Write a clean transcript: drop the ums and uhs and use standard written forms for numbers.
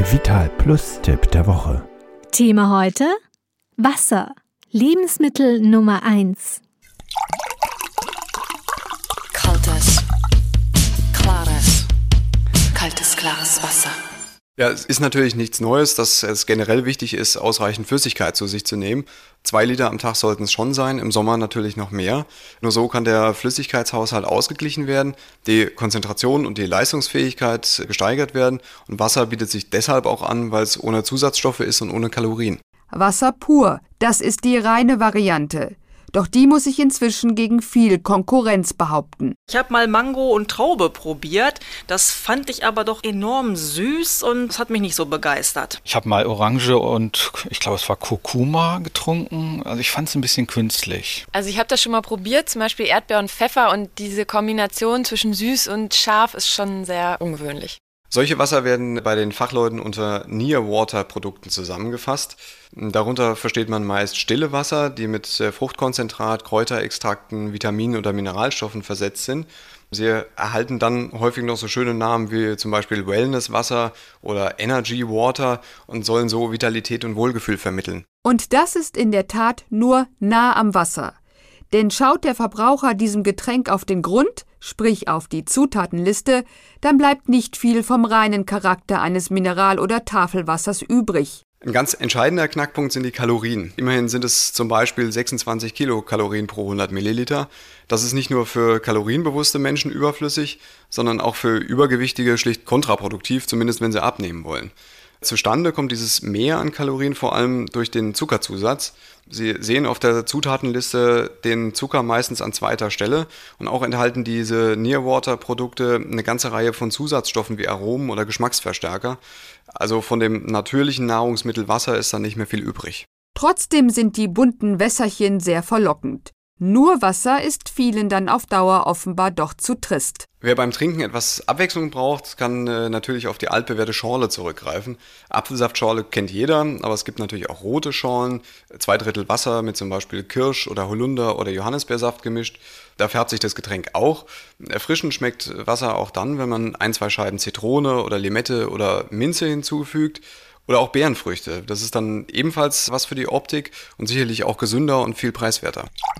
Der Vital Plus Tipp der Woche. Thema heute: Wasser. Lebensmittel Nummer 1. Kaltes, klares Wasser. Ja, es ist natürlich nichts Neues, dass es generell wichtig ist, ausreichend Flüssigkeit zu sich zu nehmen. 2 Liter am Tag sollten es schon sein, im Sommer natürlich noch mehr. Nur so kann der Flüssigkeitshaushalt ausgeglichen werden, die Konzentration und die Leistungsfähigkeit gesteigert werden. Und Wasser bietet sich deshalb auch an, weil es ohne Zusatzstoffe ist und ohne Kalorien. Wasser pur, das ist die reine Variante. Doch die muss sich inzwischen gegen viel Konkurrenz behaupten. Ich habe mal Mango und Traube probiert. Das fand ich aber doch enorm süß und es hat mich nicht so begeistert. Ich habe mal Orange und ich glaube, es war Kurkuma getrunken. Also ich fand es ein bisschen künstlich. Also ich habe das schon mal probiert, zum Beispiel Erdbeer und Pfeffer. Und diese Kombination zwischen süß und scharf ist schon sehr ungewöhnlich. Solche Wasser werden bei den Fachleuten unter Near-Water-Produkten zusammengefasst. Darunter versteht man meist stille Wasser, die mit Fruchtkonzentrat, Kräuterextrakten, Vitaminen oder Mineralstoffen versetzt sind. Sie erhalten dann häufig noch so schöne Namen wie zum Beispiel Wellness-Wasser oder Energy Water und sollen so Vitalität und Wohlgefühl vermitteln. Und das ist in der Tat nur nah am Wasser. Denn schaut der Verbraucher diesem Getränk auf den Grund, sprich auf die Zutatenliste, dann bleibt nicht viel vom reinen Charakter eines Mineral- oder Tafelwassers übrig. Ein ganz entscheidender Knackpunkt sind die Kalorien. Immerhin sind es zum Beispiel 26 Kilokalorien pro 100 Milliliter. Das ist nicht nur für kalorienbewusste Menschen überflüssig, sondern auch für Übergewichtige schlicht kontraproduktiv, zumindest wenn sie abnehmen wollen. Zustande kommt dieses Mehr an Kalorien vor allem durch den Zuckerzusatz. Sie sehen auf der Zutatenliste den Zucker meistens an zweiter Stelle und auch enthalten diese Near-Water-Produkte eine ganze Reihe von Zusatzstoffen wie Aromen oder Geschmacksverstärker. Also von dem natürlichen Nahrungsmittel Wasser ist dann nicht mehr viel übrig. Trotzdem sind die bunten Wässerchen sehr verlockend. Nur Wasser ist vielen dann auf Dauer offenbar doch zu trist. Wer beim Trinken etwas Abwechslung braucht, kann natürlich auf die altbewährte Schorle zurückgreifen. Apfelsaftschorle kennt jeder, aber es gibt natürlich auch rote Schorlen, 2/3 Wasser mit zum Beispiel Kirsch- oder Holunder- oder Johannisbeersaft gemischt. Da färbt sich das Getränk auch. Erfrischend schmeckt Wasser auch dann, wenn man 1-2 Scheiben Zitrone oder Limette oder Minze hinzufügt. Oder auch Beerenfrüchte. Das ist dann ebenfalls was für die Optik und sicherlich auch gesünder und viel preiswerter.